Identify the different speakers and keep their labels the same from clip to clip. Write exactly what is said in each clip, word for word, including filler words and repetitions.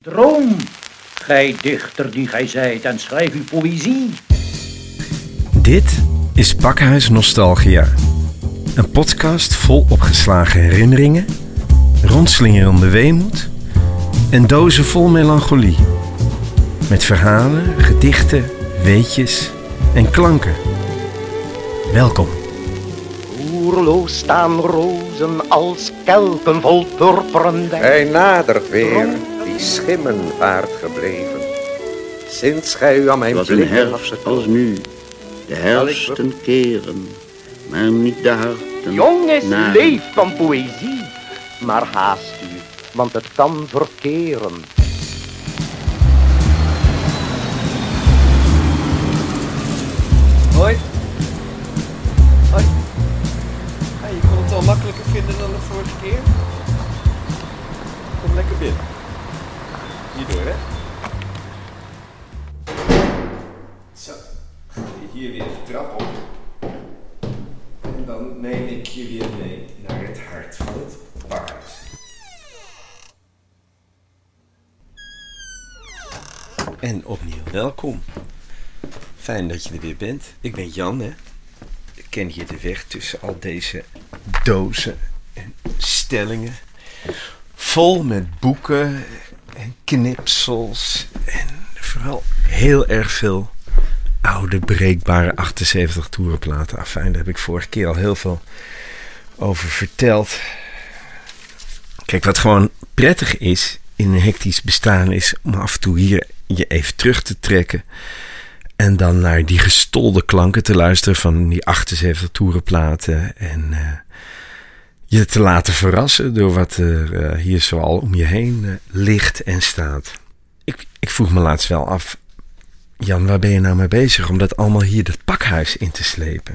Speaker 1: Droom, gij dichter die gij zijt, en schrijf uw poëzie.
Speaker 2: Dit is Pakhuis Nostalgia. Een podcast vol opgeslagen herinneringen, rondslingerende weemoed en dozen vol melancholie. Met verhalen, gedichten, weetjes en klanken. Welkom.
Speaker 3: Roerloos staan rozen als kelken vol purperen wijn.
Speaker 4: Hij nadert weer, die schimmenvaart gebleven. Sinds gij u aan mijn
Speaker 5: was een herfst als nu. De herfsten keren, maar niet de harten.
Speaker 3: Jongens,
Speaker 5: naar...
Speaker 3: leef van poëzie, maar haast u, want het kan verkeren.
Speaker 6: Hoi. Hoi. Ja, je kon het al makkelijker vinden dan de vorige keer. Kom lekker binnen. Hierdoor, hè? Zo. Hier weer de trap op. En dan neem ik je weer mee naar het hart van het pakhuis. En opnieuw welkom. Fijn dat je er weer bent. Ik ben Jan, hè. Ik ken hier de weg tussen al deze dozen en stellingen. Vol met boeken en knipsels. En vooral heel erg veel oude, breekbare achtenzeventig toerenplaten. Afijn, daar heb ik vorige keer al heel veel over verteld. Kijk, wat gewoon prettig is in een hectisch bestaan is om af en toe hier je even terug te trekken. En dan naar die gestolde klanken te luisteren van die achtenzeventig toerenplaten. En uh, je te laten verrassen door wat er uh, hier zoal om je heen uh, ligt en staat. Ik, ik vroeg me laatst wel af, Jan, waar ben je nou mee bezig om dat allemaal hier dat pakhuis in te slepen?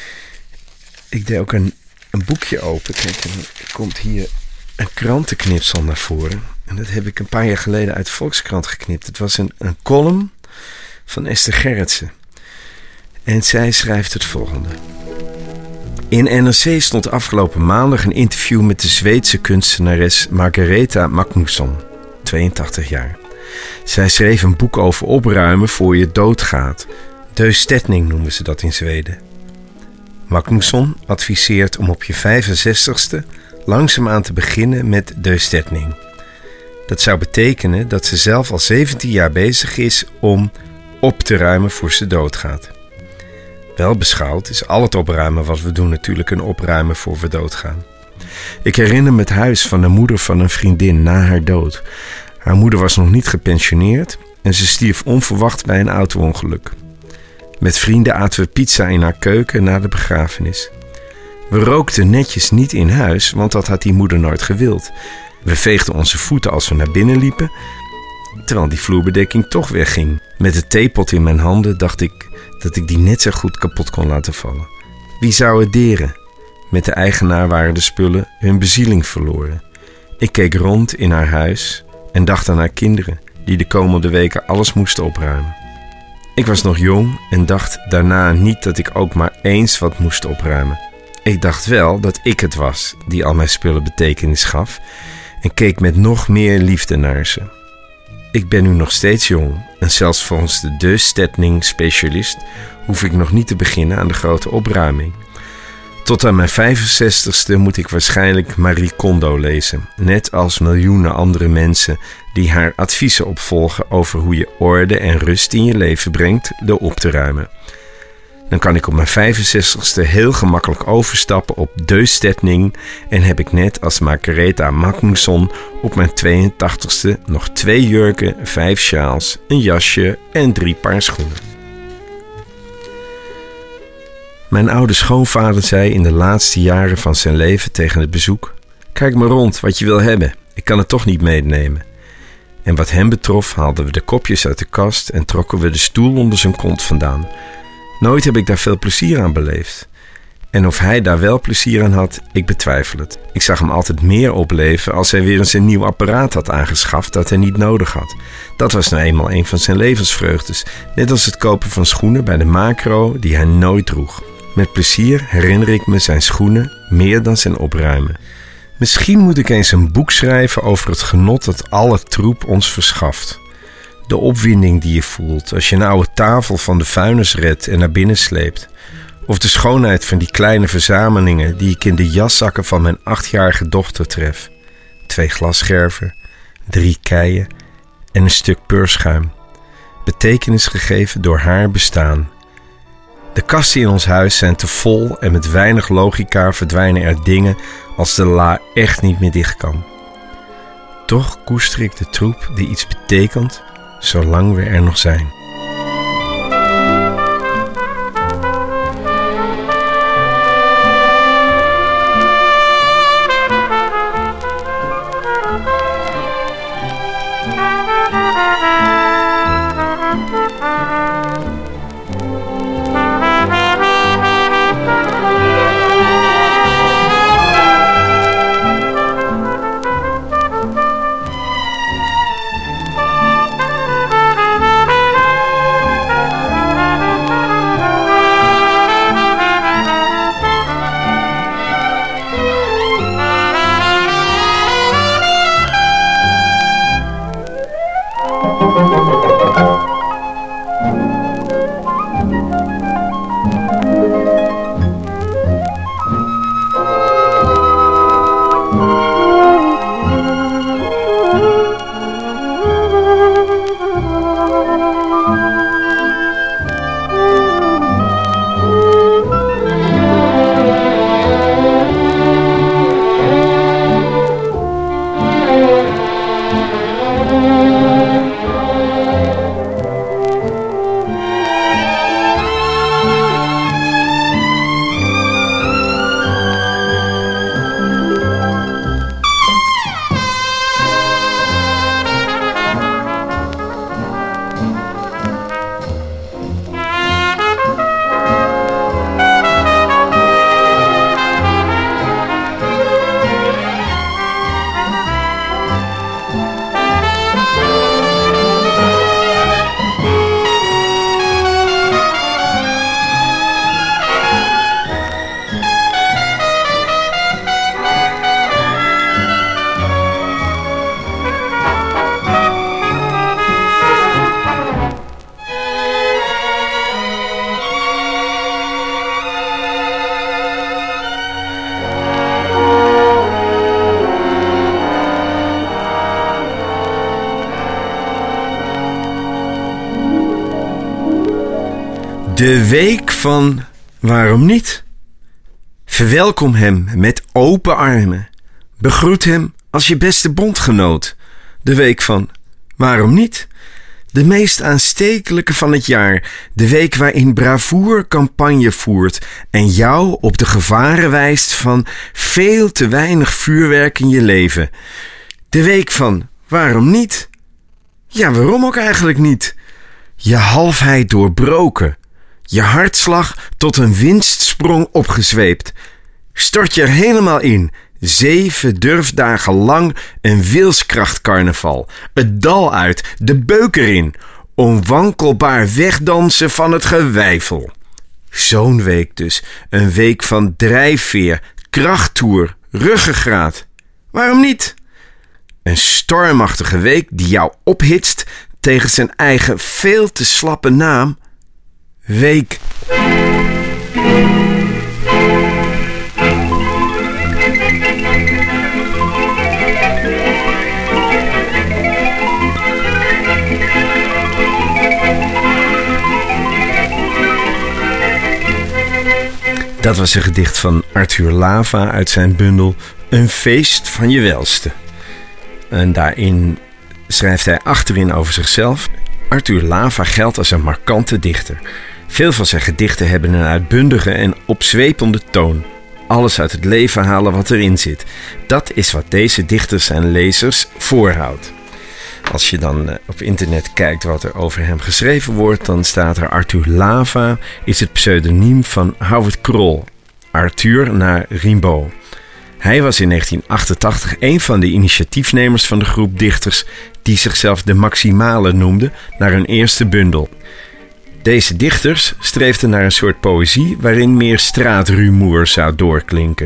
Speaker 6: Ik deed ook een, een boekje open. Kijk, en er komt hier een krantenknipsel naar voren. En dat heb ik een paar jaar geleden uit de Volkskrant geknipt. Het was een, een column van Esther Gerritsen. En zij schrijft het volgende. In N R C stond afgelopen maandag een interview met de Zweedse kunstenares Margareta Magnusson, tweeëntachtig jaar. Zij schreef een boek over opruimen voor je doodgaat. Döstädning noemen ze dat in Zweden. Magnusson adviseert om op je vijfenzestigste langzaamaan te beginnen met döstädning. Dat zou betekenen dat ze zelf al zeventien jaar bezig is om op te ruimen voor ze doodgaat. Wel beschouwd is al het opruimen wat we doen natuurlijk een opruimen voor we doodgaan. Ik herinner me het huis van de moeder van een vriendin na haar dood. Haar moeder was nog niet gepensioneerd en ze stierf onverwacht bij een auto-ongeluk. Met vrienden aten we pizza in haar keuken na de begrafenis. We rookten netjes niet in huis, want dat had die moeder nooit gewild. We veegden onze voeten als we naar binnen liepen, terwijl die vloerbedekking toch wegging. Met de theepot in mijn handen dacht ik dat ik die net zo goed kapot kon laten vallen. Wie zou het deren? Met de eigenaar waren de spullen hun bezieling verloren. Ik keek rond in haar huis en dacht aan haar kinderen, die de komende weken alles moesten opruimen. Ik was nog jong en dacht daarna niet dat ik ook maar eens wat moest opruimen. Ik dacht wel dat ik het was die al mijn spullen betekenis gaf en keek met nog meer liefde naar ze. Ik ben nu nog steeds jong en zelfs volgens de döstädning-specialist hoef ik nog niet te beginnen aan de grote opruiming. Tot aan mijn vijfenzestigste moet ik waarschijnlijk Marie Kondo lezen, net als miljoenen andere mensen die haar adviezen opvolgen over hoe je orde en rust in je leven brengt door op te ruimen. Dan kan ik op mijn vijfenzestigste heel gemakkelijk overstappen op döstädning en heb ik net als Margareta Magnusson op mijn tweeëntachtigste nog twee jurken, vijf sjaals, een jasje en drie paar schoenen. Mijn oude schoonvader zei in de laatste jaren van zijn leven tegen het bezoek: kijk maar rond wat je wil hebben, ik kan het toch niet meenemen. En wat hem betrof haalden we de kopjes uit de kast en trokken we de stoel onder zijn kont vandaan. Nooit heb ik daar veel plezier aan beleefd. En of hij daar wel plezier aan had, ik betwijfel het. Ik zag hem altijd meer opleven als hij weer eens een nieuw apparaat had aangeschaft dat hij niet nodig had. Dat was nou eenmaal een van zijn levensvreugdes. Net als het kopen van schoenen bij de Macro die hij nooit droeg. Met plezier herinner ik me zijn schoenen meer dan zijn opruimen.
Speaker 2: Misschien moet ik eens een boek schrijven over het genot dat alle troep ons verschaft. De opwinding die je voelt als je een oude tafel van de vuilnis redt en naar binnen sleept. Of de schoonheid van die kleine verzamelingen die ik in de jaszakken van mijn achtjarige dochter tref. Twee glasscherven, drie keien en een stuk peurschuim. Betekenis gegeven door haar bestaan. De kasten in ons huis zijn te vol en met weinig logica verdwijnen er dingen als de la echt niet meer dicht kan. Toch koester ik de troep die iets betekent, zolang we er nog zijn. De week van waarom niet? Verwelkom hem met open armen. Begroet hem als je beste bondgenoot. De week van waarom niet? De meest aanstekelijke van het jaar. De week waarin bravoer campagne voert en jou op de gevaren wijst van veel te weinig vuurwerk in je leven. De week van waarom niet? Ja, waarom ook eigenlijk niet? Je halfheid doorbroken. Je hartslag tot een winstsprong opgezweept. Stort je er helemaal in. Zeven durfdagen lang een wilskrachtcarnaval. Het dal uit, de beuk erin. Onwankelbaar wegdansen van het gewijfel. Zo'n week dus. Een week van drijfveer, krachttoer, ruggengraat. Waarom niet? Een stormachtige week die jou ophitst tegen zijn eigen veel te slappe naam. Week. Dat was een gedicht van Arthur Lava uit zijn bundel Een feest van je welste. En daarin schrijft hij achterin over zichzelf: Arthur Lava geldt als een markante dichter. Veel van zijn gedichten hebben een uitbundige en opzwepende toon. Alles uit het leven halen wat erin zit. Dat is wat deze dichter zijn lezers voorhoudt. Als je dan op internet kijkt wat er over hem geschreven wordt, dan staat er Arthur Lava is het pseudoniem van Howard Kroll. Arthur naar Rimbaud. Hij was in negentien achtentachtig een van de initiatiefnemers van de groep dichters die zichzelf de Maximalen noemden naar hun eerste bundel. Deze dichters streefden naar een soort poëzie waarin meer straatrumoer zou doorklinken. De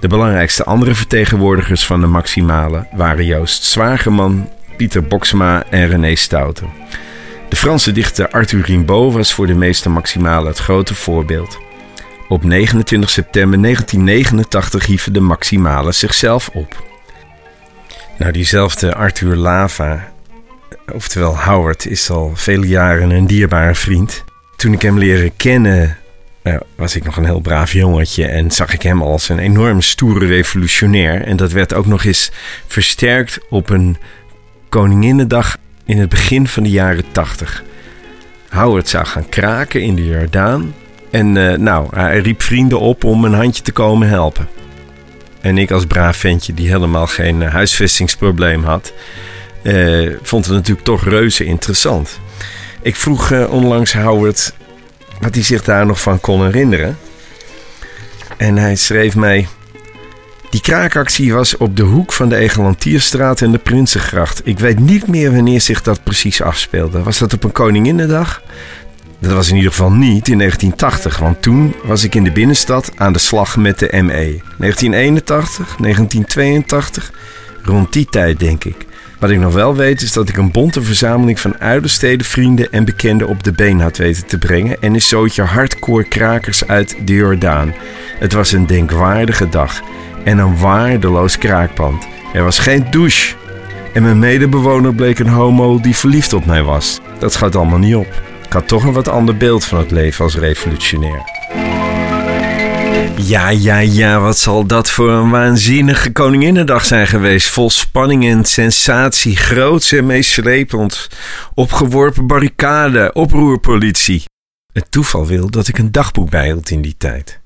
Speaker 2: De belangrijkste andere vertegenwoordigers van de Maximalen waren Joost Zwageman, Pieter Boksema en René Stouten. De Franse dichter Arthur Rimbaud was voor de meeste Maximalen het grote voorbeeld. Op negenentwintig september negentien negenentachtig hieven de Maximalen zichzelf op. Nou, diezelfde Arthur Lava, oftewel Howard, is al vele jaren een dierbare vriend. Toen ik hem leerde kennen, uh, was ik nog een heel braaf jongetje en zag ik hem als een enorm stoere revolutionair. En dat werd ook nog eens versterkt op een Koninginnedag in het begin van de jaren tachtig. Howard zou gaan kraken in de Jordaan. En uh, nou, hij riep vrienden op om een handje te komen helpen. En ik als braaf ventje die helemaal geen uh, huisvestingsprobleem had, uh, vond het natuurlijk toch reuze interessant. Ik vroeg uh, onlangs Howard wat hij zich daar nog van kon herinneren. En hij schreef mij: die kraakactie was op de hoek van de Egelantierstraat en de Prinsengracht. Ik weet niet meer wanneer zich dat precies afspeelde. Was dat op een Koninginnedag? Dat was in ieder geval niet in negentien tachtig, want toen was ik in de binnenstad aan de slag met de M E. negentien eenentachtig, negentien tweeëntachtig, rond die tijd denk ik. Wat ik nog wel weet is dat ik een bonte verzameling van uiterstede vrienden en bekenden op de been had weten te brengen en een zootje hardcore krakers uit de Jordaan. Het was een denkwaardige dag en een waardeloos kraakpand. Er was geen douche en mijn medebewoner bleek een homo die verliefd op mij was. Dat schoot allemaal niet op. Ik had toch een wat ander beeld van het leven als revolutionair. Ja, ja, ja, wat zal dat voor een waanzinnige Koninginnedag zijn geweest. Vol spanning en sensatie, groots en meeslepend. Opgeworpen barricade, oproerpolitie. Het toeval wil dat ik een dagboek bijhield in die tijd.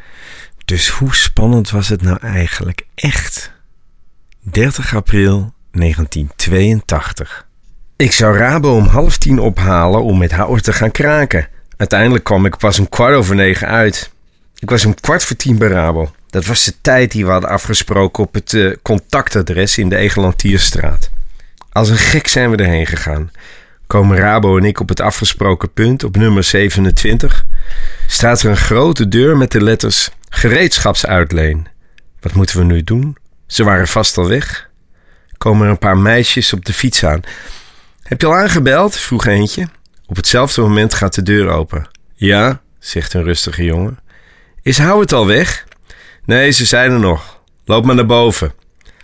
Speaker 2: Dus hoe spannend was het nou eigenlijk echt? dertig april negentien tweeëntachtig. Ik zou Rabo om half tien ophalen om met Howard te gaan kraken. Uiteindelijk kwam ik pas om kwart over negen uit. Ik was om kwart voor tien bij Rabo. Dat was de tijd die we hadden afgesproken op het uh, contactadres in de Egelantierstraat. Als een gek zijn we erheen gegaan. Komen Rabo en ik op het afgesproken punt op nummer zevenentwintig. Staat er een grote deur met de letters gereedschapsuitleen. Wat moeten we nu doen? Ze waren vast al weg. Komen er een paar meisjes op de fiets aan. Heb je al aangebeld? Vroeg eentje. Op hetzelfde moment gaat de deur open. Ja, zegt een rustige jongen. Is Howard al weg? Nee, ze zijn er nog. Loop maar naar boven.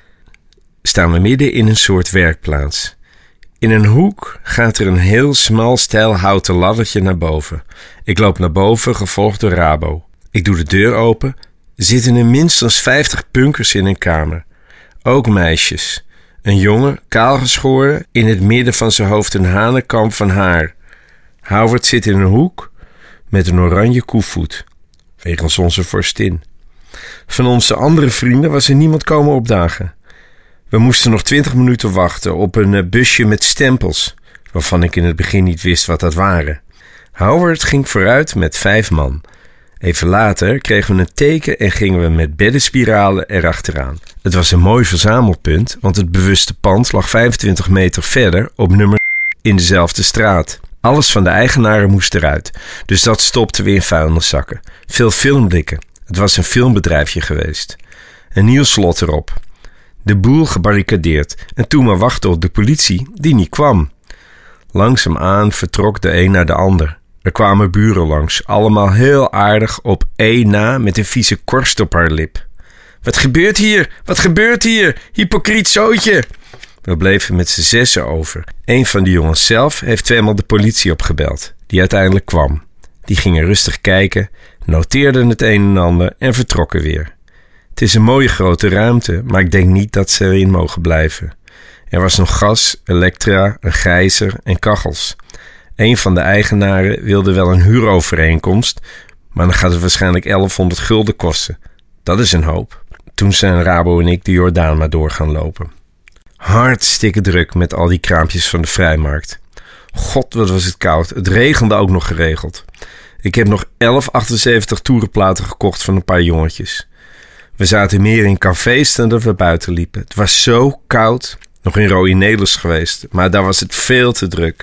Speaker 2: Staan we midden in een soort werkplaats. In een hoek gaat er een heel smal steil houten laddertje naar boven. Ik loop naar boven, gevolgd door Rabo. Ik doe de deur open. Er zitten er minstens vijftig punkers in een kamer. Ook meisjes. Een jongen, kaalgeschoren, in het midden van zijn hoofd een hanenkamp van haar. Howard zit in een hoek met een oranje koevoet, wegens onze vorstin. Van onze andere vrienden was er niemand komen opdagen. We moesten nog twintig minuten wachten op een busje met stempels, waarvan ik in het begin niet wist wat dat waren. Howard ging vooruit met vijf man. Even later kregen we een teken en gingen we met beddenspiralen erachteraan. Het was een mooi verzamelpunt, want het bewuste pand lag vijfentwintig meter verder op nummer in dezelfde straat. Alles van de eigenaren moest eruit, dus dat stopten we in vuilniszakken. Veel filmblikken. Het was een filmbedrijfje geweest. Een nieuw slot erop. De boel gebarricadeerd en toen maar wachten op de politie die niet kwam. Langzaamaan vertrok de een naar de ander. Er kwamen buren langs, allemaal heel aardig op één na met een vieze korst op haar lip. Wat gebeurt hier? Wat gebeurt hier? Hypocriet zootje! We bleven met z'n zessen over. Een van die jongens zelf heeft tweemaal de politie opgebeld, die uiteindelijk kwam. Die gingen rustig kijken, noteerden het een en ander en vertrokken weer. Het is een mooie grote ruimte, maar ik denk niet dat ze erin mogen blijven. Er was nog gas, elektra, een gijzer en kachels. Een van de eigenaren wilde wel een huurovereenkomst, maar dan gaat het waarschijnlijk elfhonderd gulden kosten. Dat is een hoop. Toen zijn Rabo en ik de Jordaan maar door gaan lopen. Hartstikke druk met al die kraampjes van de vrijmarkt. God, wat was het koud. Het regende ook nog geregeld. Ik heb nog elf achtenzeventig toerenplaten gekocht van een paar jongetjes. We zaten meer in cafés dan dat we buiten liepen. Het was zo koud. Nog in Rooie Nelers geweest, maar daar was het veel te druk.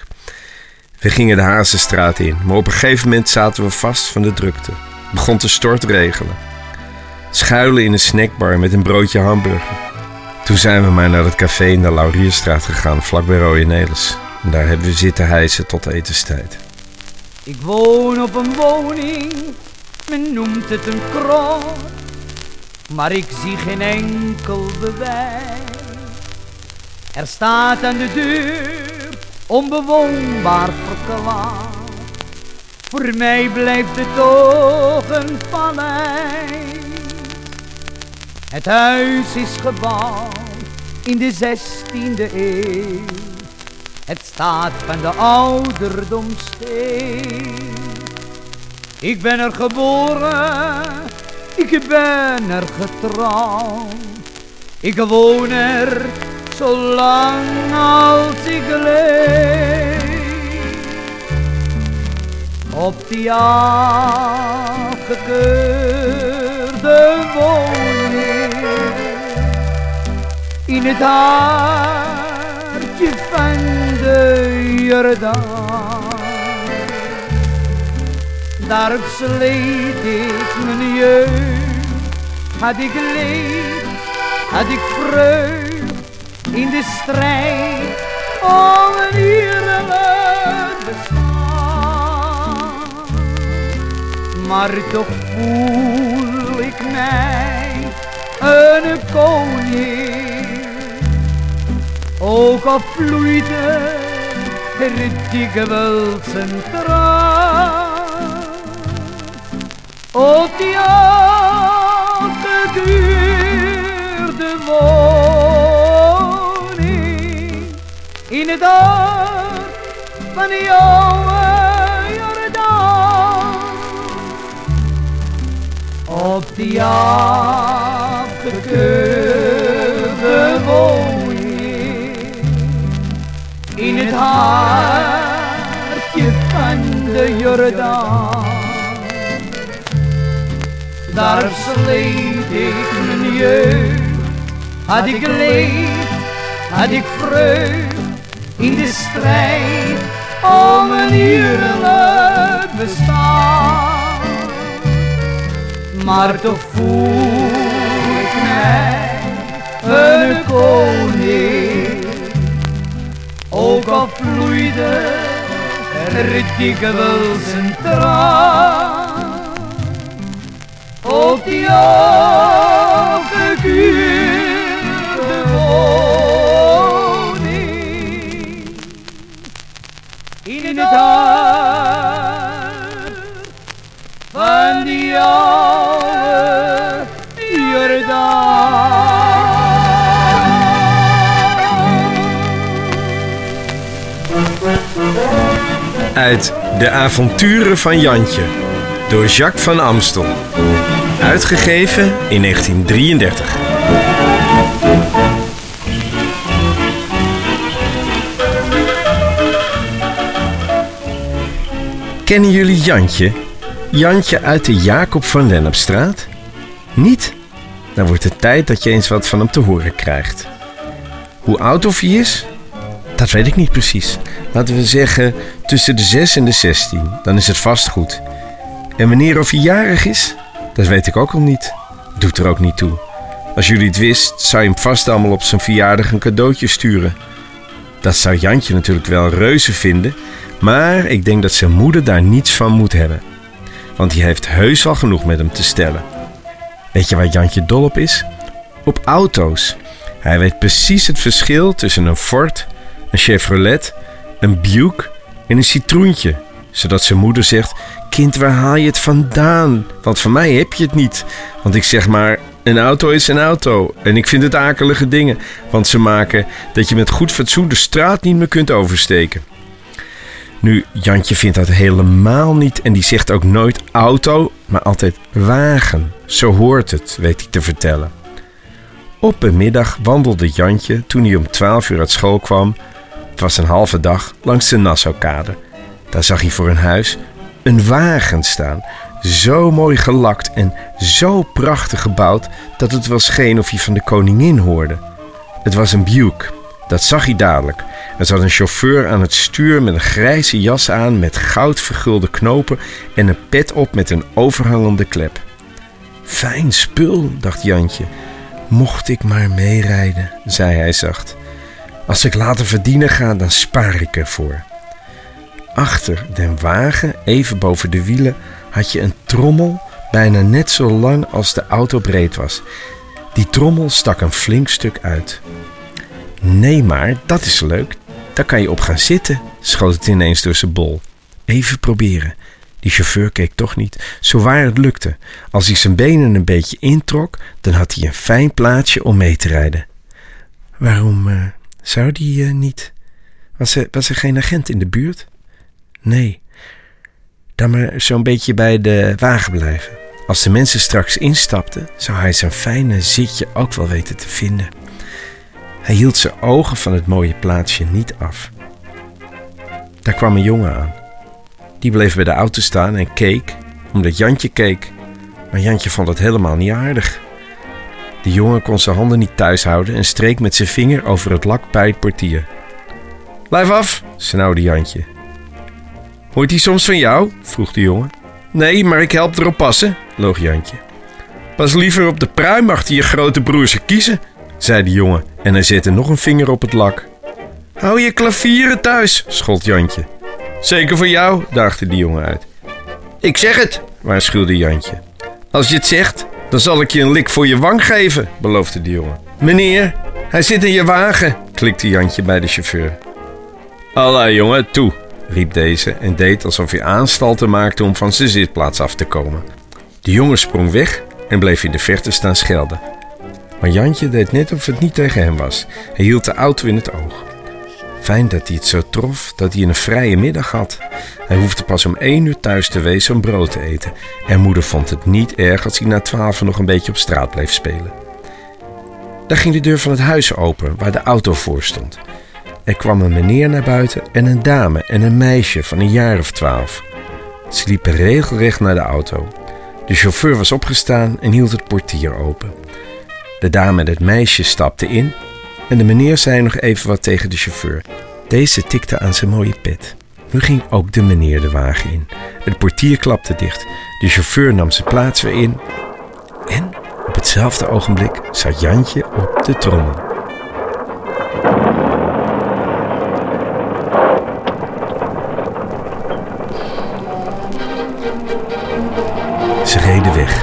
Speaker 2: We gingen de Hazenstraat in, maar op een gegeven moment zaten we vast van de drukte. Het begon te stortregelen. Schuilen in een snackbar met een broodje hamburger. Toen zijn we maar naar het café in de Laurierstraat gegaan, vlakbij Rode Nelis. En daar hebben we zitten hijsen tot etenstijd.
Speaker 7: Ik woon op een woning, men noemt het een krot, maar ik zie geen enkel bewijs. Er staat aan de deur, onbewoonbaar verklaard. Voor mij blijft het toch een paleis. Het huis is gebouwd in de zestiende eeuw. Het staat van de ouderdom steen. Ik ben er geboren, ik ben er getrouwd. Ik woon er zolang als ik leef. Op die afgekeurde woning in het hartje van de Jordaan. Daarop sleet ik mijn jeugd, had ik leed, had ik vreugd in de strijd om een eerlijk bestaan. Maar toch voel ik mij een koning, ook al vloeide er dikwijls een traan. Op die afgekeurde woning in het hart van de oude Jordaan. Op die afgekeurde woning in het hartje van de Jordaan. Daar sleet ik mijn jeugd, had ik leed, had ik vreugd in de strijd om een eerlijk bestaan. Maar toch voel ik mij een koning, ook al vloeide er dikwijls een traan. Op die afgekeurde woning in het hart van die oude Jordaan.
Speaker 2: Uit De avonturen van Jantje door Jacques van Amstel. Uitgegeven in negentien drieëndertig. Kennen jullie Jantje? Jantje uit de Jacob van Lennepstraat? Niet? Dan wordt het tijd dat je eens wat van hem te horen krijgt. Hoe oud of hij is? Dat weet ik niet precies. Laten we zeggen tussen de zes en de zestien. Dan is het vast goed. En wanneer of hij jarig is? Dat weet ik ook al niet. Doet er ook niet toe. Als jullie het wist, zou je hem vast allemaal op zijn verjaardag een cadeautje sturen. Dat zou Jantje natuurlijk wel reuze vinden, maar ik denk dat zijn moeder daar niets van moet hebben. Want die heeft heus al genoeg met hem te stellen. Weet je waar Jantje dol op is? Op auto's. Hij weet precies het verschil tussen een Ford, een Chevrolet, een Buick en een Citroentje. Zodat zijn moeder zegt: kind, waar haal je het vandaan? Want van mij heb je het niet. Want ik zeg maar, een auto is een auto. En ik vind het akelige dingen. Want ze maken dat je met goed fatsoen de straat niet meer kunt oversteken. Nu, Jantje vindt dat helemaal niet. En die zegt ook nooit auto, maar altijd wagen. Zo hoort het, weet hij te vertellen. Op een middag wandelde Jantje, toen hij om twaalf uur uit school kwam, het was een halve dag, langs de Nassaukade. Daar zag hij voor een huis een wagen staan. Zo mooi gelakt en zo prachtig gebouwd dat het wel scheen of hij van de koningin hoorde. Het was een Buick. Dat zag hij dadelijk. Er zat een chauffeur aan het stuur met een grijze jas aan met goud vergulde knopen en een pet op met een overhangende klep. Fijn spul, dacht Jantje. Mocht ik maar meerijden, zei hij zacht. Als ik later verdienen ga, dan spaar ik ervoor. Achter den wagen, even boven de wielen, had je een trommel bijna net zo lang als de auto breed was. Die trommel stak een flink stuk uit. Nee, maar dat is leuk. Daar kan je op gaan zitten, schoot het ineens door zijn bol. Even proberen. Die chauffeur keek toch niet. Zowaar het lukte. Als hij zijn benen een beetje introk, dan had hij een fijn plaatsje om mee te rijden. Waarom uh, zou die uh, niet? Was er, was er geen agent in de buurt? Nee. Dan maar zo'n beetje bij de wagen blijven. Als de mensen straks instapten, zou hij zijn fijne zitje ook wel weten te vinden. Hij hield zijn ogen van het mooie plaatsje niet af. Daar kwam een jongen aan. Die bleef bij de auto staan en keek, omdat Jantje keek. Maar Jantje vond het helemaal niet aardig. De jongen kon zijn handen niet thuis houden en streek met zijn vinger over het lak bij het portier. Blijf af, snauwde Jantje. Hoort hij soms van jou? Vroeg de jongen. Nee, maar ik help erop passen, loog Jantje. Pas liever op de pruim achter je grote broertje kiezen, zei de jongen en hij zette nog een vinger op het lak. Hou je klavieren thuis, schold Jantje. Zeker voor jou, daagde de jongen uit. Ik zeg het, waarschuwde Jantje. Als je het zegt, dan zal ik je een lik voor je wang geven, beloofde de jongen. Meneer, hij zit in je wagen, klikte Jantje bij de chauffeur. Allah jongen, toe, riep deze en deed alsof hij aanstalten maakte om van zijn zitplaats af te komen. De jongen sprong weg en bleef in de verte staan schelden. Maar Jantje deed net of het niet tegen hem was. Hij hield de auto in het oog. Fijn dat hij het zo trof dat hij een vrije middag had. Hij hoefde pas om één uur thuis te wezen om brood te eten. En moeder vond het niet erg als hij na twaalf nog een beetje op straat bleef spelen. Daar ging de deur van het huis open waar de auto voor stond. Er kwam een meneer naar buiten en een dame en een meisje van een jaar of twaalf. Ze liepen regelrecht naar de auto. De chauffeur was opgestaan en hield het portier open. De dame en het meisje stapten in en de meneer zei nog even wat tegen de chauffeur. Deze tikte aan zijn mooie pet. Nu ging ook de meneer de wagen in. Het portier klapte dicht. De chauffeur nam zijn plaats weer in. En op hetzelfde ogenblik zat Jantje op de trommel. Ze reden weg.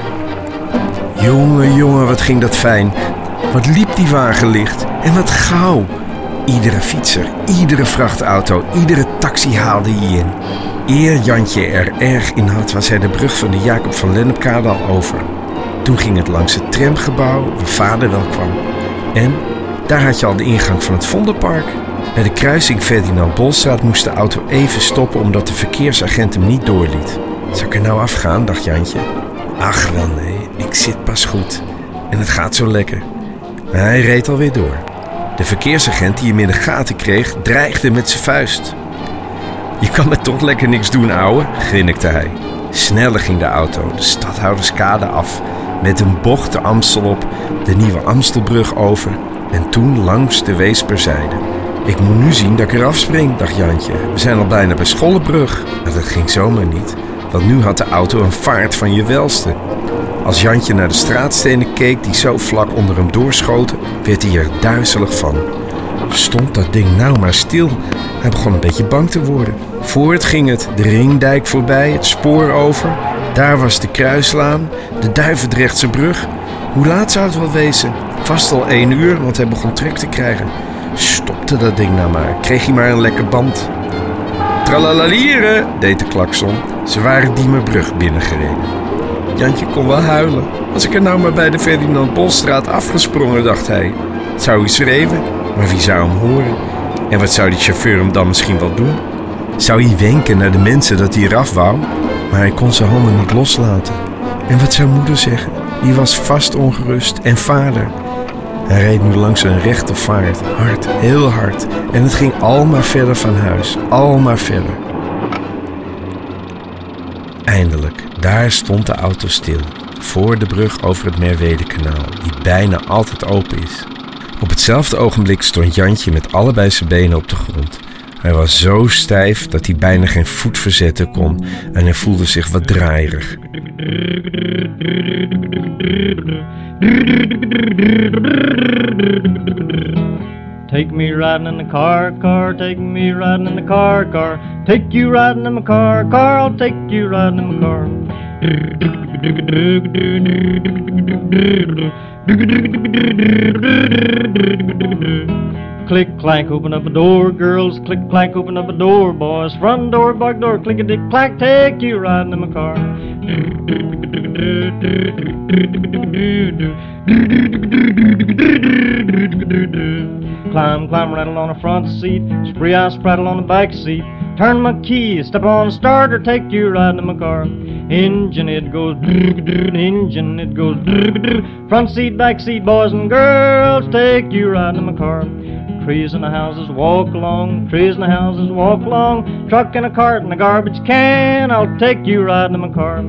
Speaker 2: Jongen, jongen, wat ging dat fijn. Wat liep die wagen licht en wat gauw. Iedere fietser, iedere vrachtauto, iedere taxi haalde hij in. Eer Jantje er erg in had, was hij de brug van de Jacob van Lennepkade al over. Toen ging het langs het tramgebouw waar vader wel kwam. En daar had je al de ingang van het Vondelpark. Bij de kruising Ferdinand Bolstraat moest de auto even stoppen omdat de verkeersagent hem niet doorliet. Zou ik er nou afgaan, dacht Jantje. Ach wel nee, ik zit pas goed. En het gaat zo lekker. Maar hij reed alweer door. De verkeersagent die hem in de gaten kreeg, dreigde met zijn vuist. Je kan me toch lekker niks doen, ouwe, grinnikte hij. Sneller ging de auto de Stadhouderskade af, met een bocht de Amstel op, de Nieuwe Amstelbrug over en toen langs de Weesperzijde. Ik moet nu zien dat ik eraf spring, dacht Jantje. We zijn al bijna bij Schollebrug. Maar dat ging zomaar niet, want nu had de auto een vaart van je welste. Als Jantje naar de straatstenen keek die zo vlak onder hem doorschoten, werd hij er duizelig van. Stond dat ding nou maar stil. Hij begon een beetje bang te worden. Voort ging het, de Ringdijk voorbij, het spoor over. Daar was de Kruislaan, de Duivendrechtse brug. Hoe laat zou het wel wezen? Vast al één uur, want hij begon trek te krijgen. Stopte dat ding nou maar, kreeg hij maar een lekker band. Tralalalieren, deed de klakson. Ze waren Diemerbrug binnengereden. Jantje kon wel huilen. Als ik er nou maar bij de Ferdinand Bolstraat afgesprongen, dacht hij. Het zou hij schreeuwen, maar wie zou hem horen? En wat zou die chauffeur hem dan misschien wel doen? Zou hij wenken naar de mensen dat hij eraf wou? Maar hij kon zijn handen niet loslaten. En wat zou moeder zeggen? Die was vast ongerust. En vader? Hij reed nu langs een rechte vaart. Hard, heel hard. En het ging al maar verder van huis. Al maar verder. Eindelijk, daar stond de auto stil. Voor de brug over het Merwedekanaal, die bijna altijd open is. Op hetzelfde ogenblik stond Jantje met allebei zijn benen op de grond. Hij was zo stijf dat hij bijna geen voet verzetten kon en hij voelde zich wat draaierig.
Speaker 7: Take me riding in the car, car, take me riding in the car, car. Take you riding in my car, car, I'll take you riding in my car. Click, clank, open up a door, girls. Click, clank, open up a door, boys. Front door, back door, click-a-dick, clack, take you riding in my car. Climb, climb, rattle on the front seat. Spree, I spraddle on the back seat. Turn my key, step on the starter, take you riding in my car. Engine, it goes engine, it goes front seat, back seat, boys and girls, take you riding in my car. Trees and the houses walk along, trees and the houses walk along. Truck and a cart and a garbage can, I'll take you riding in my car.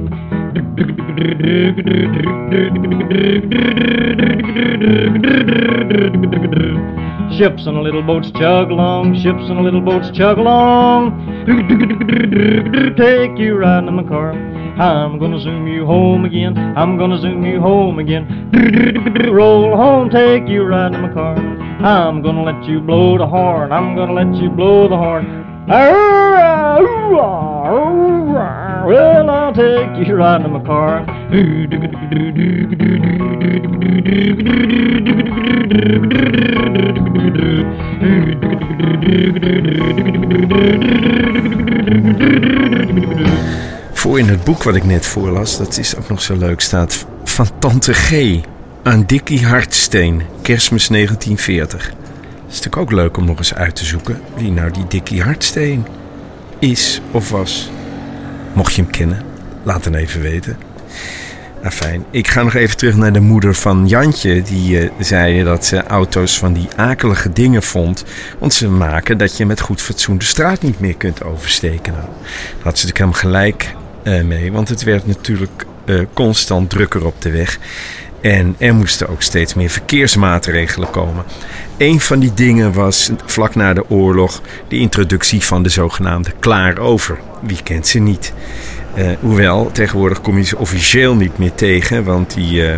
Speaker 7: Ships and little boats chug along, ships and little boats chug along. Take you riding in my car. I'm gonna zoom you home again, I'm gonna zoom you home again. Roll home, take you riding in my car. I'm gonna let you blow the horn, I'm gonna let you blow the horn. Well, I'll take you riding in my car.
Speaker 2: Voor in het boek wat ik net voorlas, dat is ook nog zo leuk, staat van Tante G. Aan Dickie Hartsteen, Kerstmis negentien veertig. Het is natuurlijk ook leuk om nog eens uit te zoeken wie nou die Dickie Hartsteen is of was. Mocht je hem kennen, laat het even weten. Nou, fijn. Ik ga nog even terug naar de moeder van Jantje. Die uh, zei dat ze auto's van die akelige dingen vond. Want ze maken dat je met goed fatsoen de straat niet meer kunt oversteken. Nou, daar had ze natuurlijk helemaal gelijk uh, mee. Want het werd natuurlijk uh, constant drukker op de weg. En er moesten ook steeds meer verkeersmaatregelen komen. Een van die dingen was vlak na de oorlog de introductie van de zogenaamde klaarover. Wie kent ze niet? Uh, hoewel, tegenwoordig kom je ze officieel niet meer tegen, want die, uh, uh,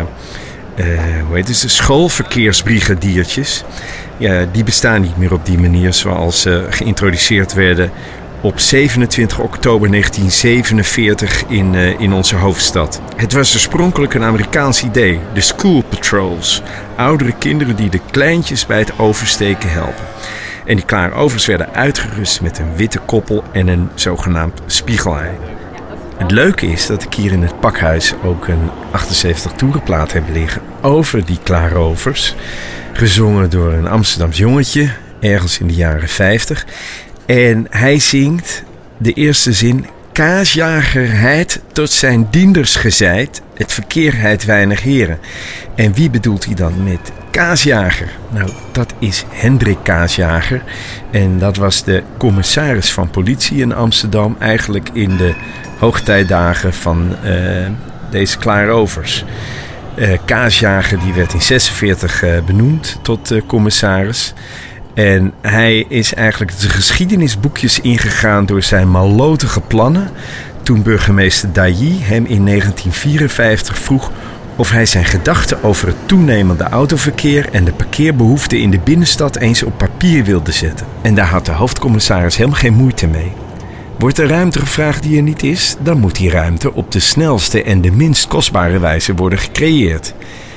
Speaker 2: hoe heet het, de schoolverkeersbrigadiertjes, ja, die bestaan niet meer op die manier zoals ze uh, geïntroduceerd werden op zevenentwintig oktober negentien zevenenveertig in, uh, in onze hoofdstad. Het was oorspronkelijk een Amerikaans idee, de school patrols. Oudere kinderen die de kleintjes bij het oversteken helpen. En die klaarovers werden uitgerust met een witte koppel en een zogenaamd spiegelei. Het leuke is dat ik hier in het pakhuis ook een achtenzeventig toerenplaat heb liggen over die klaarovers. Gezongen door een Amsterdams jongetje, ergens in de jaren vijftig. En hij zingt de eerste zin: kaasjagerheid tot zijn dienders gezeid, het verkeerheid weinig heren. En wie bedoelt hij dan met kaasjager? Nou, dat is Hendrik Kaasjager. En dat was de commissaris van politie in Amsterdam, eigenlijk in de hoogtijdagen van uh, deze klaarovers. Uh, Kaasjager die werd in zesenveertig uh, benoemd tot uh, commissaris. En hij is eigenlijk de geschiedenisboekjes ingegaan door zijn mallotige plannen toen burgemeester Dailly hem in negentien vierenvijftig vroeg of hij zijn gedachten over het toenemende autoverkeer en de parkeerbehoeften in de binnenstad eens op papier wilde zetten. En daar had de hoofdcommissaris helemaal geen moeite mee. Wordt er ruimte gevraagd die er niet is, dan moet die ruimte op de snelste en de minst kostbare wijze worden gecreëerd.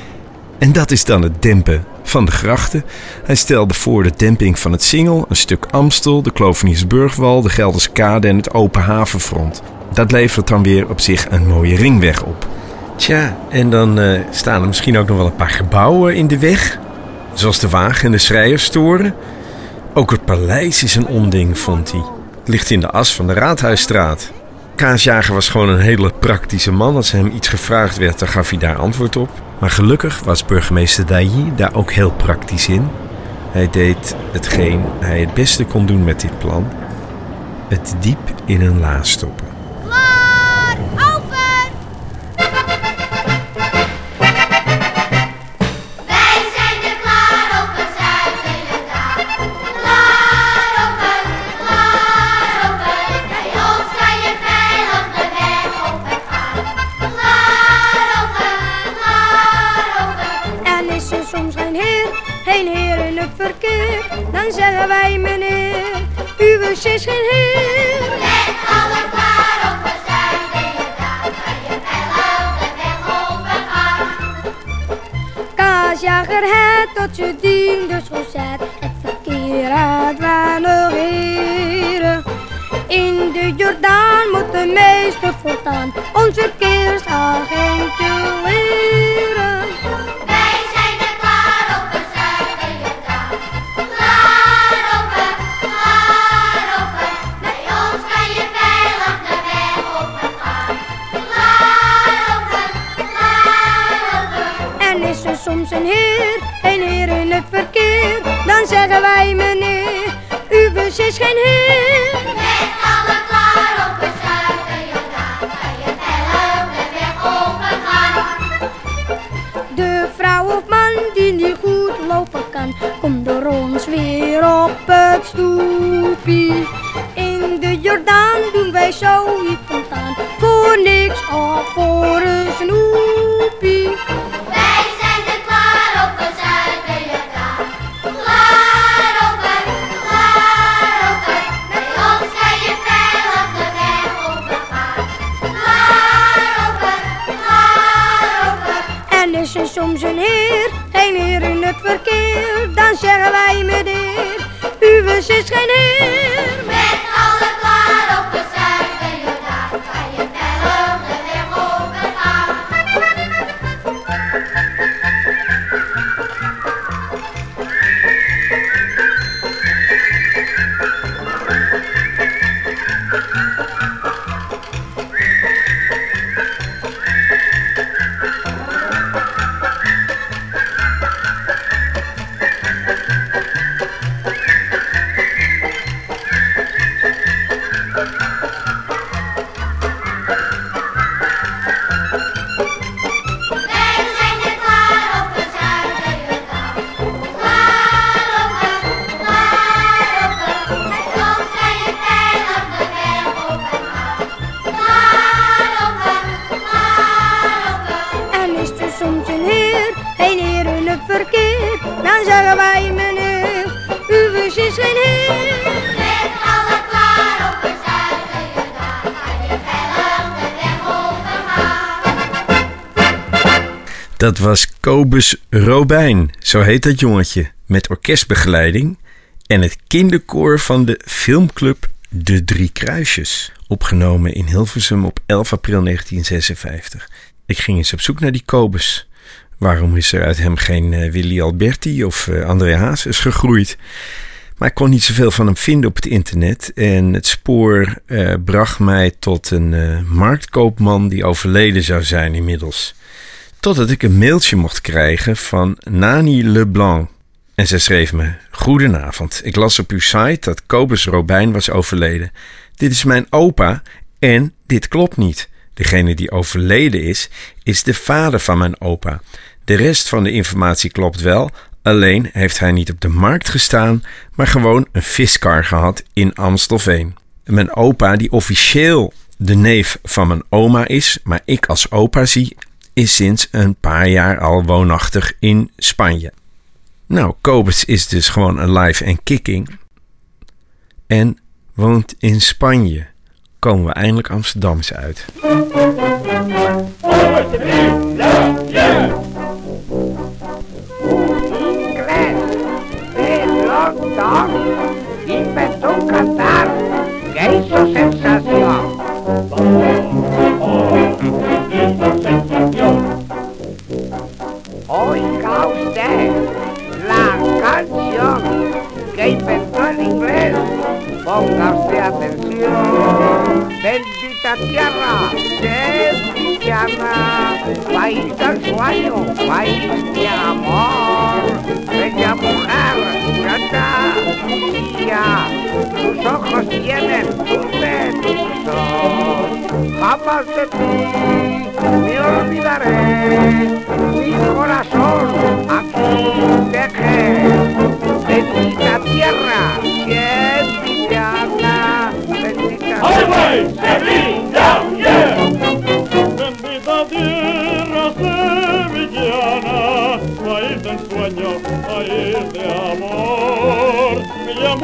Speaker 2: En dat is dan het dempen van de grachten. Hij stelde voor de demping van het Singel, een stuk Amstel, de Kloveniersburgwal, de Gelderse Kade en het Open Havenfront. Dat levert dan weer op zich een mooie ringweg op. Tja, en dan uh, staan er misschien ook nog wel een paar gebouwen in de weg. Zoals de Waag en de Schreierstoren. Ook het paleis is een onding, vond hij. Het ligt in de as van de Raadhuisstraat. Kaasjager was gewoon een hele praktische man. Als hem iets gevraagd werd, dan gaf hij daar antwoord op. Maar gelukkig was burgemeester Dailly daar ook heel praktisch in. Hij deed hetgeen hij het beste kon doen met dit plan: het diep in een la stoppen.
Speaker 8: Klaar, open! Wij zijn de klaarovers uit in het land. Klaar, open,
Speaker 9: zeggen wij meneer, uw is geen heer.
Speaker 8: Met alle klaar op een zuivere dag, kan je veilig de weg overgaan.
Speaker 9: Kaasjager het tot je diende zo zet, het verkeer uit weinig heren. In de Jordaan moet de meester voortaan ons verkeersagenten leren.
Speaker 8: Wij zijn er klaar op een zuivere dag. Klaar over, klaar over. Bij ons kan je veilig de weg overgaan. Klaar over, klaar over.
Speaker 9: En is er soms een heer, een heer in het verkeer, dan zeggen wij meneer, uw bus is geen heer.
Speaker 8: Met alle klaar op een zuivere dag, kan je veilig de weg overgaan.
Speaker 9: De vrouw of man die niet goed lopen kan, komt door ons weer op het stoepie. In de Jordaan doen wij zoiets spontaan, voor niks of voor een snoepie.
Speaker 8: Wij zijn er klaar op een zuivere dag. Klaar over, klaar over. Bij ons kan je veilig de weg overgaan. Klaar over, klaar over.
Speaker 9: En is er soms een heer, een heer in het verkeer, dan zeggen wij meneer, uw bus is geen heer.
Speaker 8: Met alle klaar op een zuivere dag, kan je veilig de weg overgaan. Wij zijn er klaar op een zuivere dag. Klaar over, klaar over. Bij ons kan je veilig de weg overgaan. Klaar over, klaar over.
Speaker 9: En is er soms een heer, een heer in het verkeer, dan zeggen wij meneer, uw bus is geen heer.
Speaker 8: Met alle klaar op een zuivere dag, kan je veilig de weg overgaan.
Speaker 2: Dat was Kobus Robijn, zo heet dat jongetje, met orkestbegeleiding en het kinderkoor van de filmclub De Drie Kruisjes, opgenomen in Hilversum op elf april negentien zesenvijftig. Ik ging eens op zoek naar die Kobus. Waarom is er uit hem geen uh, Willy Alberti of uh, André Hazes gegroeid? Maar ik kon niet zoveel van hem vinden op het internet. En het spoor uh, bracht mij tot een uh, marktkoopman die overleden zou zijn inmiddels. Totdat ik een mailtje mocht krijgen van Nani Leblanc. En zij schreef me: Goedenavond, ik las op uw site dat Kobus Robijn was overleden. Dit is mijn opa en dit klopt niet. Degene die overleden is, is de vader van mijn opa. De rest van de informatie klopt wel, alleen heeft hij niet op de markt gestaan, maar gewoon een viskar gehad in Amstelveen. Mijn opa, die officieel de neef van mijn oma is, maar ik als opa zie, is sinds een paar jaar al woonachtig in Spanje. Nou, Kobus is dus gewoon alive en kicking. En woont in Spanje. Komen we eindelijk Amsterdams uit.
Speaker 10: Inventó cantar, que hizo sensación. Oiga usted la canción que inventó el inglés. Ponga usted atención. Bendita tierra de Cristiana, país del sueño, país de amor. Bella mujer, canta, Lucía, tus ojos tienen dulce dulzor. Jamás de ti me olvidaré, mi corazón aquí dejé. Bendita tierra, sevillana, bendita
Speaker 7: Highway, Sevilla, yeah. Bendita tierra sevillana, país de ensueño, país de amor. Bella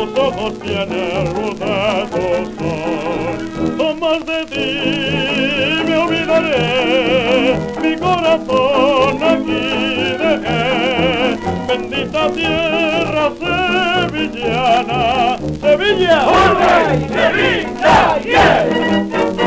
Speaker 7: tus ojos tiene luz de tu sol. No más de ti me olvidaré, mi corazón aquí dejé. Bendita tierra sevillana, Sevilla, ¡Olé! Sevilla, yeah.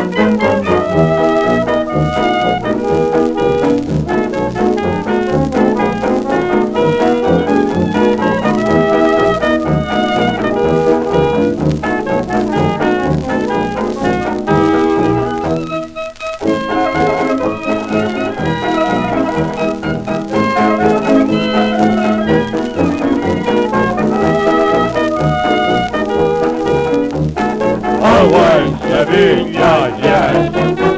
Speaker 7: Sevilla, yes.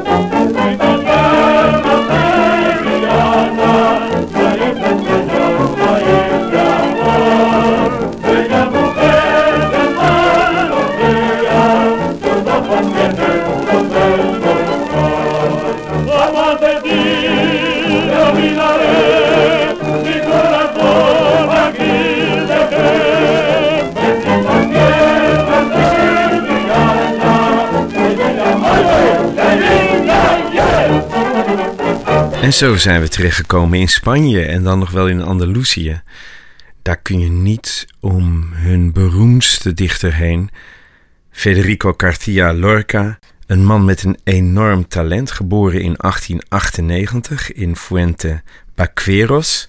Speaker 2: En zo zijn we terechtgekomen in Spanje en dan nog wel in Andalusië. Daar kun je niet om hun beroemdste dichter heen. Federico García Lorca, een man met een enorm talent, geboren in achttien achtennegentig in Fuente Baqueros.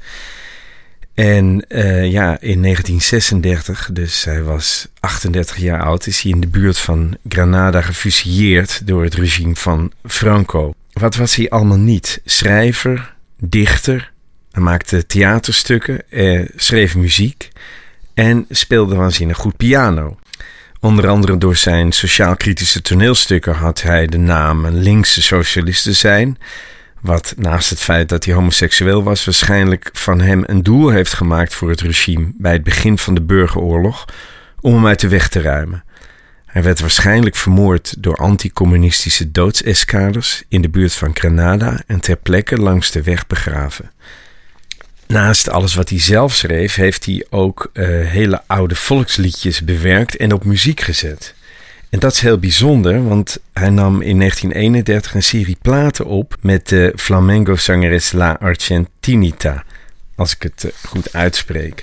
Speaker 2: En uh, ja, in negentien zesendertig, dus hij was achtendertig jaar oud, is hij in de buurt van Granada gefusilleerd door het regime van Franco. Wat was hij allemaal niet? Schrijver, dichter, hij maakte theaterstukken, eh, schreef muziek en speelde waanzinnig goed piano. Onder andere door zijn sociaal-kritische toneelstukken had hij de naam een linkse socialist te zijn, wat naast het feit dat hij homoseksueel was waarschijnlijk van hem een doel heeft gemaakt voor het regime bij het begin van de burgeroorlog om hem uit de weg te ruimen. Hij werd waarschijnlijk vermoord door anticommunistische doodseskaders in de buurt van Granada en ter plekke langs de weg begraven. Naast alles wat hij zelf schreef, heeft hij ook uh, hele oude volksliedjes bewerkt en op muziek gezet. En dat is heel bijzonder, want hij nam in negentien eenendertig een serie platen op met de flamenco-zangeres La Argentinita, als ik het uh, goed uitspreek.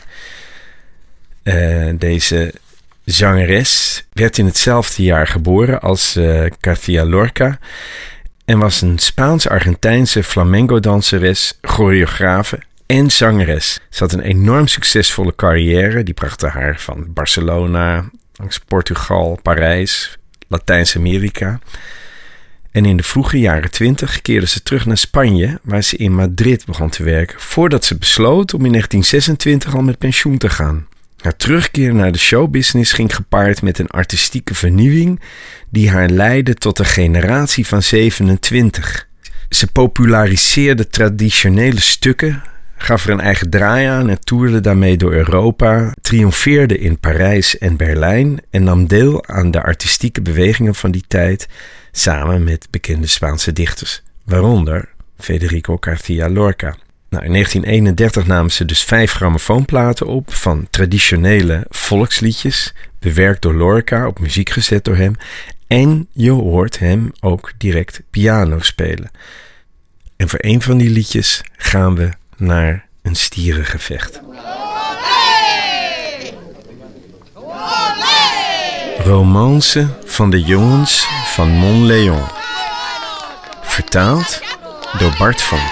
Speaker 2: Uh, deze zangeres werd in hetzelfde jaar geboren als uh, García Lorca en was een Spaans-Argentijnse flamenco-danseres, choreografe en zangeres. Ze had een enorm succesvolle carrière, die bracht haar van Barcelona, langs Portugal, Parijs, Latijns-Amerika. En in de vroege jaren twintig keerde ze terug naar Spanje, waar ze in Madrid begon te werken, voordat ze besloot om in negentien zesentwintig al met pensioen te gaan. Haar terugkeer naar de showbusiness ging gepaard met een artistieke vernieuwing die haar leidde tot een generatie van zevenentwintig. Ze populariseerde traditionele stukken, gaf er een eigen draai aan en toerde daarmee door Europa, triomfeerde in Parijs en Berlijn en nam deel aan de artistieke bewegingen van die tijd samen met bekende Spaanse dichters, waaronder Federico García Lorca. Nou, in negentien eenendertig namen ze dus vijf grammofoonplaten op van traditionele volksliedjes, bewerkt door Lorca, op muziek gezet door hem. En je hoort hem ook direct piano spelen. En voor een van die liedjes gaan we naar een stierengevecht. Romance van de jongens van Montléon. Vertaald door Bart Vonk.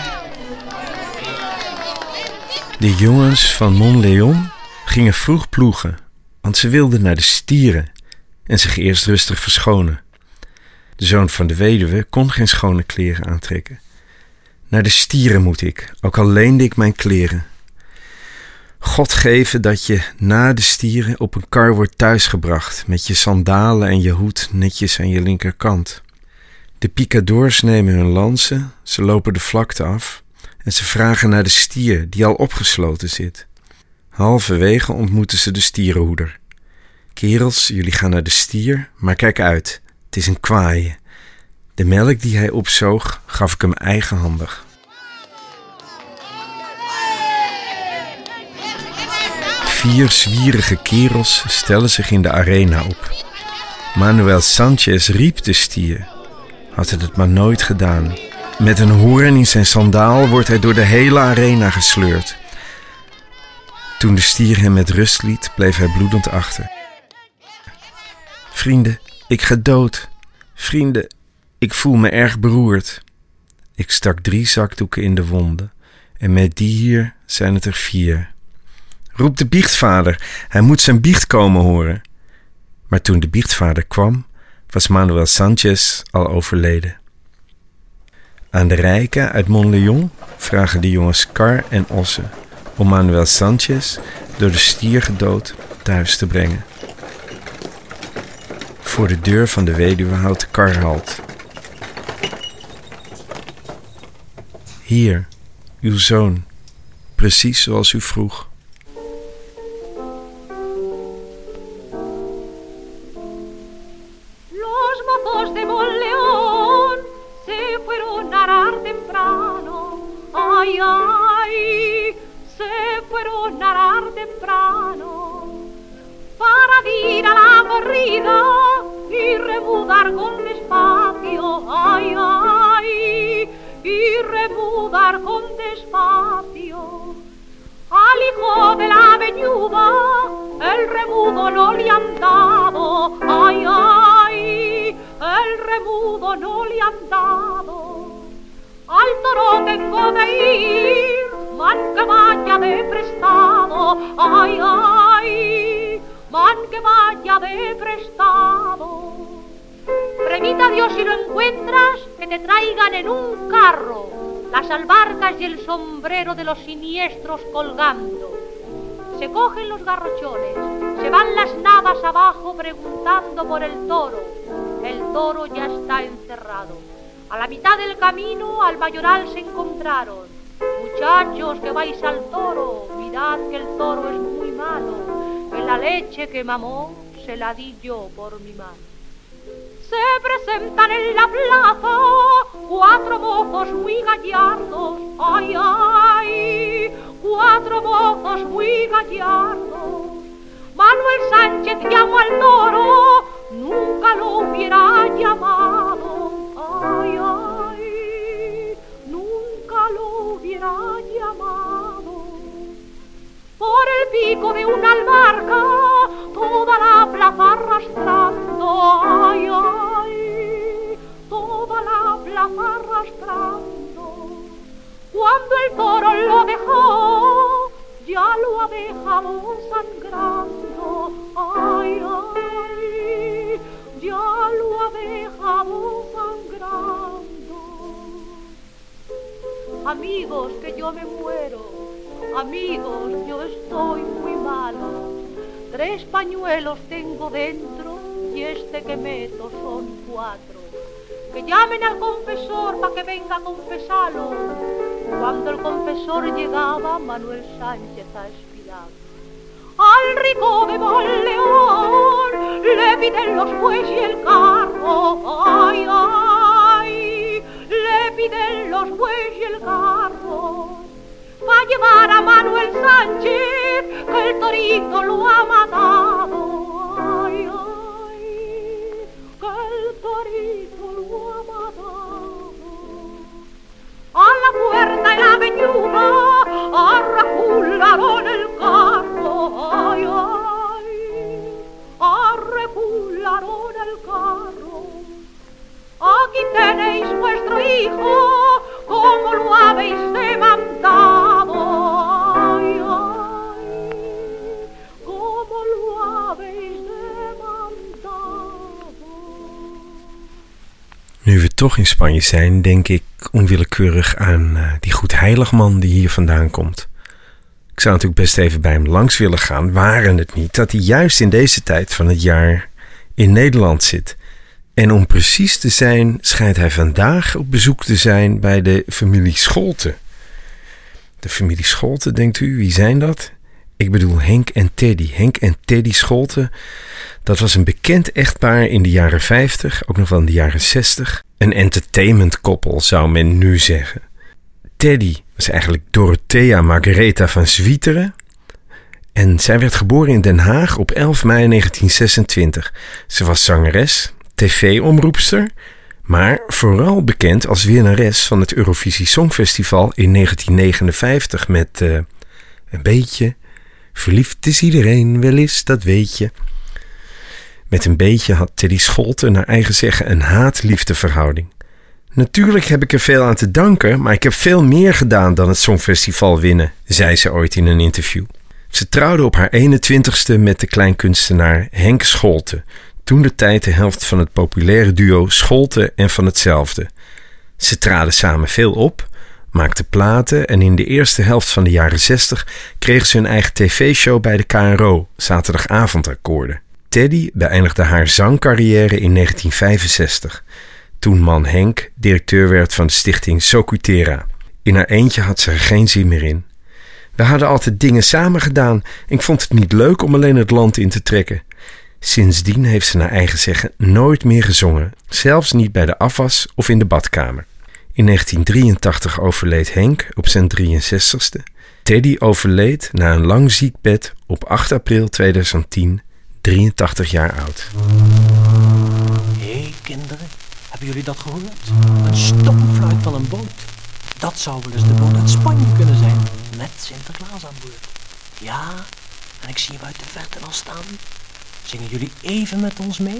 Speaker 2: De jongens van Montléon gingen vroeg ploegen, want ze wilden naar de stieren en zich eerst rustig verschonen. De zoon van de weduwe kon geen schone kleren aantrekken. Naar de stieren moet ik, ook al leende ik mijn kleren. God geven dat je na de stieren op een kar wordt thuisgebracht, met je sandalen en je hoed netjes aan je linkerkant. De picadors nemen hun lansen, ze lopen de vlakte af en ze vragen naar de stier die al opgesloten zit. Halverwege ontmoeten ze de stierenhoeder. Kerels, jullie gaan naar de stier, maar kijk uit, het is een kwaaie. De melk die hij opzoog, gaf ik hem eigenhandig. Vier zwierige kerels stellen zich in de arena op. Manuel Sanchez riep de stier. Had hij het maar nooit gedaan. Met een hoorn in zijn sandaal wordt hij door de hele arena gesleurd. Toen de stier hem met rust liet, bleef hij bloedend achter. Vrienden, ik ga dood. Vrienden, ik voel me erg beroerd. Ik stak drie zakdoeken in de wonden. En met die hier zijn het er vier. Roep de biechtvader, hij moet zijn biecht komen horen. Maar toen de biechtvader kwam, was Manuel Sanchez al overleden. Aan de rijken uit Montleon vragen de jongens Kar en Osse om Manuel Sanchez, door de stier gedood, thuis te brengen. Voor de deur van de weduwe houdt Kar halt. Hier, uw zoon, precies zoals u vroeg.
Speaker 11: Los mozos de Monleón se fueron a arar temprano, ay, ay, se fueron a arar temprano, para ir a la corrida y remudar con despacio, ay, ay, y remudar con despacio. Al hijo de la veñuda el remudo no le han dado, ay, ay, el remudo no le han dado. Al toro tengo de ir, man que vaya de prestado, ay, ay, man que vaya de prestado. Premita Dios si lo encuentras, que te traigan en un carro las albarcas y el sombrero de los siniestros colgando. Se cogen los garrochones, se van las navas abajo preguntando por el toro. El toro ya está encerrado. A la mitad del camino al mayoral se encontraron. Muchachos que vais al toro, mirad que el toro es muy malo, que la leche que mamó se la di yo por mi mano. Se presentan en la plaza cuatro mozos muy gallardos, ay, ay, cuatro mozos muy gallardos. Manuel Sánchez llamó al toro, nunca lo hubiera llamado, ay, ay, nunca lo hubiera llamado. Por el pico de una albarca toda la plaza arrastrando, ay, ay, toda la plaza arrastrando. Cuando el toro lo dejó, ya lo ha dejado sangrando, ay, ay, ya lo ha dejado sangrando. Amigos, que yo me muero, amigos, yo estoy muy malo. Tres pañuelos tengo dentro y este que meto son cuatro. Que llamen al confesor pa' que venga a confesarlo. Cuando el confesor llegaba, Manuel Sánchez ha expirado. Al rico de Monleón le piden los bueyes y el carro, ay, ay, le piden los bueyes y el carro. Va a llevar a Manuel Sánchez, que el torito lo ha matado, ay, ay, que el torito lo ha matado. A la puerta de la veñuda arrecularon el carro, ay, ay, arrecularon el carro. Aquí tenéis vuestro hijo, como lo habéis demandado, ay, ay, como lo habéis demandado.
Speaker 2: Nu we toch in Spanje zijn, denk ik onwillekeurig aan uh, die Goed Heiligman die hier vandaan komt. Ik zou natuurlijk best even bij hem langs willen gaan, waren het niet dat hij juist in deze tijd van het jaar in Nederland zit. En om precies te zijn, schijnt hij vandaag op bezoek te zijn bij de familie Scholte. De familie Scholte, denkt u, wie zijn dat? Ik bedoel Henk en Teddy. Henk en Teddy Scholte, dat was een bekend echtpaar in de jaren vijftig, ook nog wel in de jaren zestig. Een entertainment koppel, zou men nu zeggen. Teddy was eigenlijk Dorothea Margaretha van Zwieteren. En zij werd geboren in Den Haag op elf mei negentien zesentwintig. Ze was zangeres, tv-omroepster, maar vooral bekend als winnares van het Eurovisie Songfestival in negentien negenenvijftig met uh, een beetje verliefd is iedereen wel eens, dat weet je. Met een beetje had Teddy Scholten naar eigen zeggen een haat-liefdeverhouding. Natuurlijk heb ik er veel aan te danken, maar ik heb veel meer gedaan dan het Songfestival winnen, zei ze ooit in een interview. Ze trouwde op haar eenentwintigste met de kleinkunstenaar Henk Scholten, toen de tijd de helft van het populaire duo Scholten en Van Hetzelfde. Ze traden samen veel op, maakten platen en in de eerste helft van de jaren zestig kregen ze hun eigen tv-show bij de K R O, Zaterdagavondakkoorden. Teddy beëindigde haar zangcarrière in negentien vijfenzestig, toen man Henk directeur werd van de stichting Socutera. In haar eentje had ze er geen zin meer in. We hadden altijd dingen samen gedaan en ik vond het niet leuk om alleen het land in te trekken. Sindsdien heeft ze naar eigen zeggen nooit meer gezongen, zelfs niet bij de afwas of in de badkamer. In negentien drieëntachtig overleed Henk op zijn drieënzestigste. Teddy overleed na een lang ziekbed op acht april tweeduizend tien, drieëntachtig jaar oud.
Speaker 12: Hé hey, kinderen, hebben jullie dat gehoord? Een stokfluit van een boot. Dat zou wel eens de boot uit Spanje kunnen zijn, met Sinterklaas aan boord. Ja, en ik zie hem uit de verte al staan. Zingen jullie even met ons mee?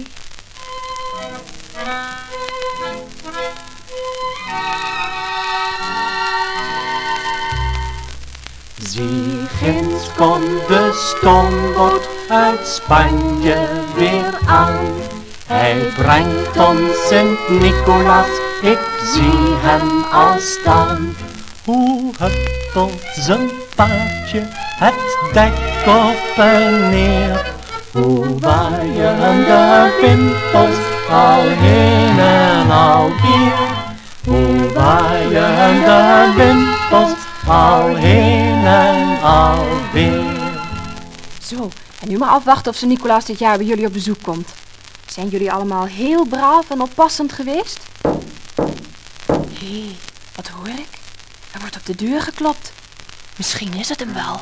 Speaker 13: Zie, ginds komt de stoomboot uit Spanje weer aan. Hij brengt ons Sint-Nicolaas, ik zie hem al staan.
Speaker 12: Hoe huppelt zijn paardje het dek op en neer?
Speaker 13: Hoe waaien de wimpels al heen en alweer? Hoe waaien de wimpels al heen en alweer?
Speaker 14: Zo, en nu maar afwachten of Sint-Nicolaas dit jaar bij jullie op bezoek komt. Zijn jullie allemaal heel braaf en oppassend geweest? Hé, hey, wat hoor ik? Er wordt op de deur geklopt. Misschien is het hem wel.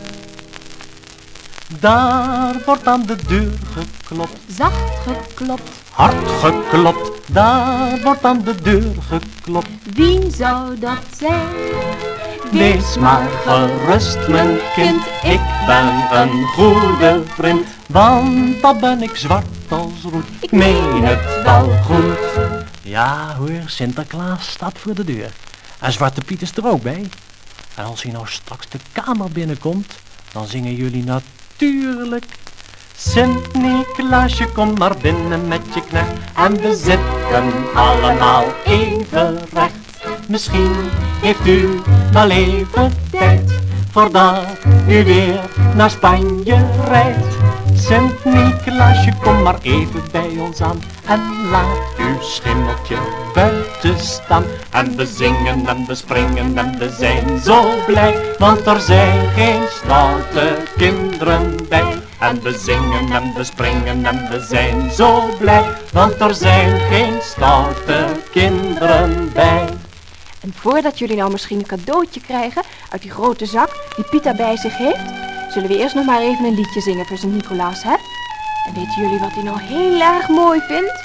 Speaker 12: Daar wordt aan de deur geklopt.
Speaker 14: Zacht geklopt.
Speaker 12: Hard geklopt. Daar wordt aan de deur geklopt.
Speaker 14: Wie zou dat zijn?
Speaker 13: Wees maar gerust, mijn kind. Ik ben een goede vriend.
Speaker 12: Want dan ben ik zwart als roet.
Speaker 13: Ik meen het wel goed.
Speaker 12: Ja hoor, Sinterklaas staat voor de deur. En Zwarte Piet is er ook bij. En als hij nou straks de kamer binnenkomt, dan zingen jullie natuurlijk.
Speaker 13: Sint-Nicolaasje, kom maar binnen met je knecht. En we zitten allemaal even recht. Misschien heeft u wel even tijd, voordat u weer naar Spanje rijdt. Sint-Nicolaasje, kom maar even bij ons aan. En laat uw schimmeltje buiten staan. En we zingen en we springen en we zijn zo blij. Want er zijn geen stoute kinderen bij. En we zingen en we springen en we zijn zo blij. Want er zijn geen stoute kinderen bij.
Speaker 14: En voordat jullie nou misschien een cadeautje krijgen uit die grote zak die Pieter bij zich heeft, zullen we eerst nog maar even een liedje zingen voor Sint-Nicolaas, hè? En weten jullie wat hij nou heel erg mooi vindt?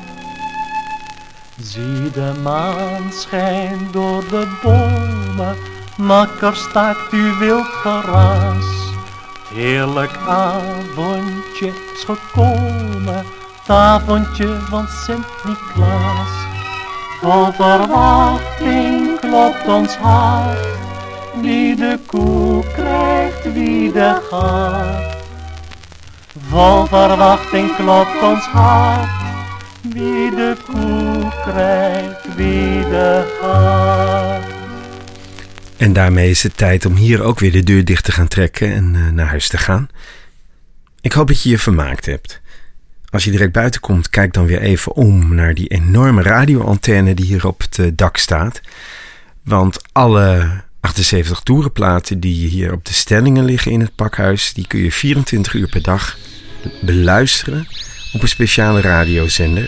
Speaker 13: Zie de maan schijnt door de bomen, makker staakt u wild geraas. Heerlijk avondje is gekomen, het avondje van Sint-Nicolaas. Vol verwachting klopt ons hart, wie de koe krijgt, wie de gaat. Vol verwachting klopt ons hart, wie de koe krijgt, wie de gaat.
Speaker 2: En daarmee is het tijd om hier ook weer de deur dicht te gaan trekken en uh, naar huis te gaan. Ik hoop dat je je vermaakt hebt. Als je direct buiten komt, kijk dan weer even om naar die enorme radioantenne die hier op het uh, dak staat. Want alle achtenzeventig toerenplaten die hier op de stellingen liggen in het pakhuis, die kun je vierentwintig uur per dag beluisteren op een speciale radiozender,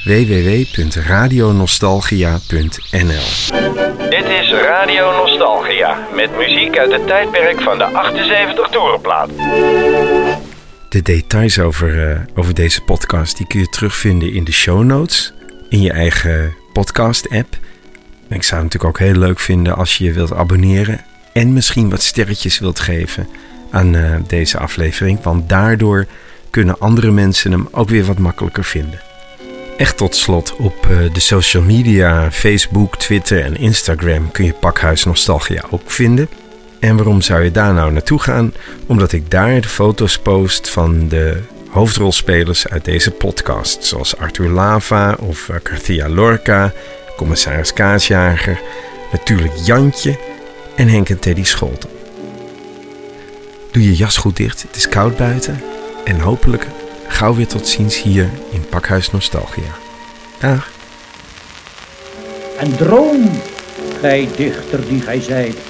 Speaker 2: w w w punt radio nostalgia punt n l.
Speaker 15: Dit is Radio Nostalgia, met muziek uit het tijdperk van de achtenzeventig toerenplaat.
Speaker 2: De details over, uh, over deze podcast die kun je terugvinden in de show notes, in je eigen podcast-app. En ik zou het natuurlijk ook heel leuk vinden als je je wilt abonneren en misschien wat sterretjes wilt geven aan uh, deze aflevering, want daardoor kunnen andere mensen hem ook weer wat makkelijker vinden. Echt tot slot, op uh, de social media, Facebook, Twitter en Instagram kun je Pakhuis Nostalgia ook vinden. En waarom zou je daar nou naartoe gaan? Omdat ik daar de foto's post van de hoofdrolspelers uit deze podcast. Zoals Arthur Lava of uh, Garcia Lorca, commissaris Kaasjager, natuurlijk Jantje en Henk en Teddy Scholten. Doe je jas goed dicht, het is koud buiten. En hopelijk gauw weer tot ziens hier in Pakhuis Nostalgia. Dag.
Speaker 1: En droom, gij dichter die gij zijt,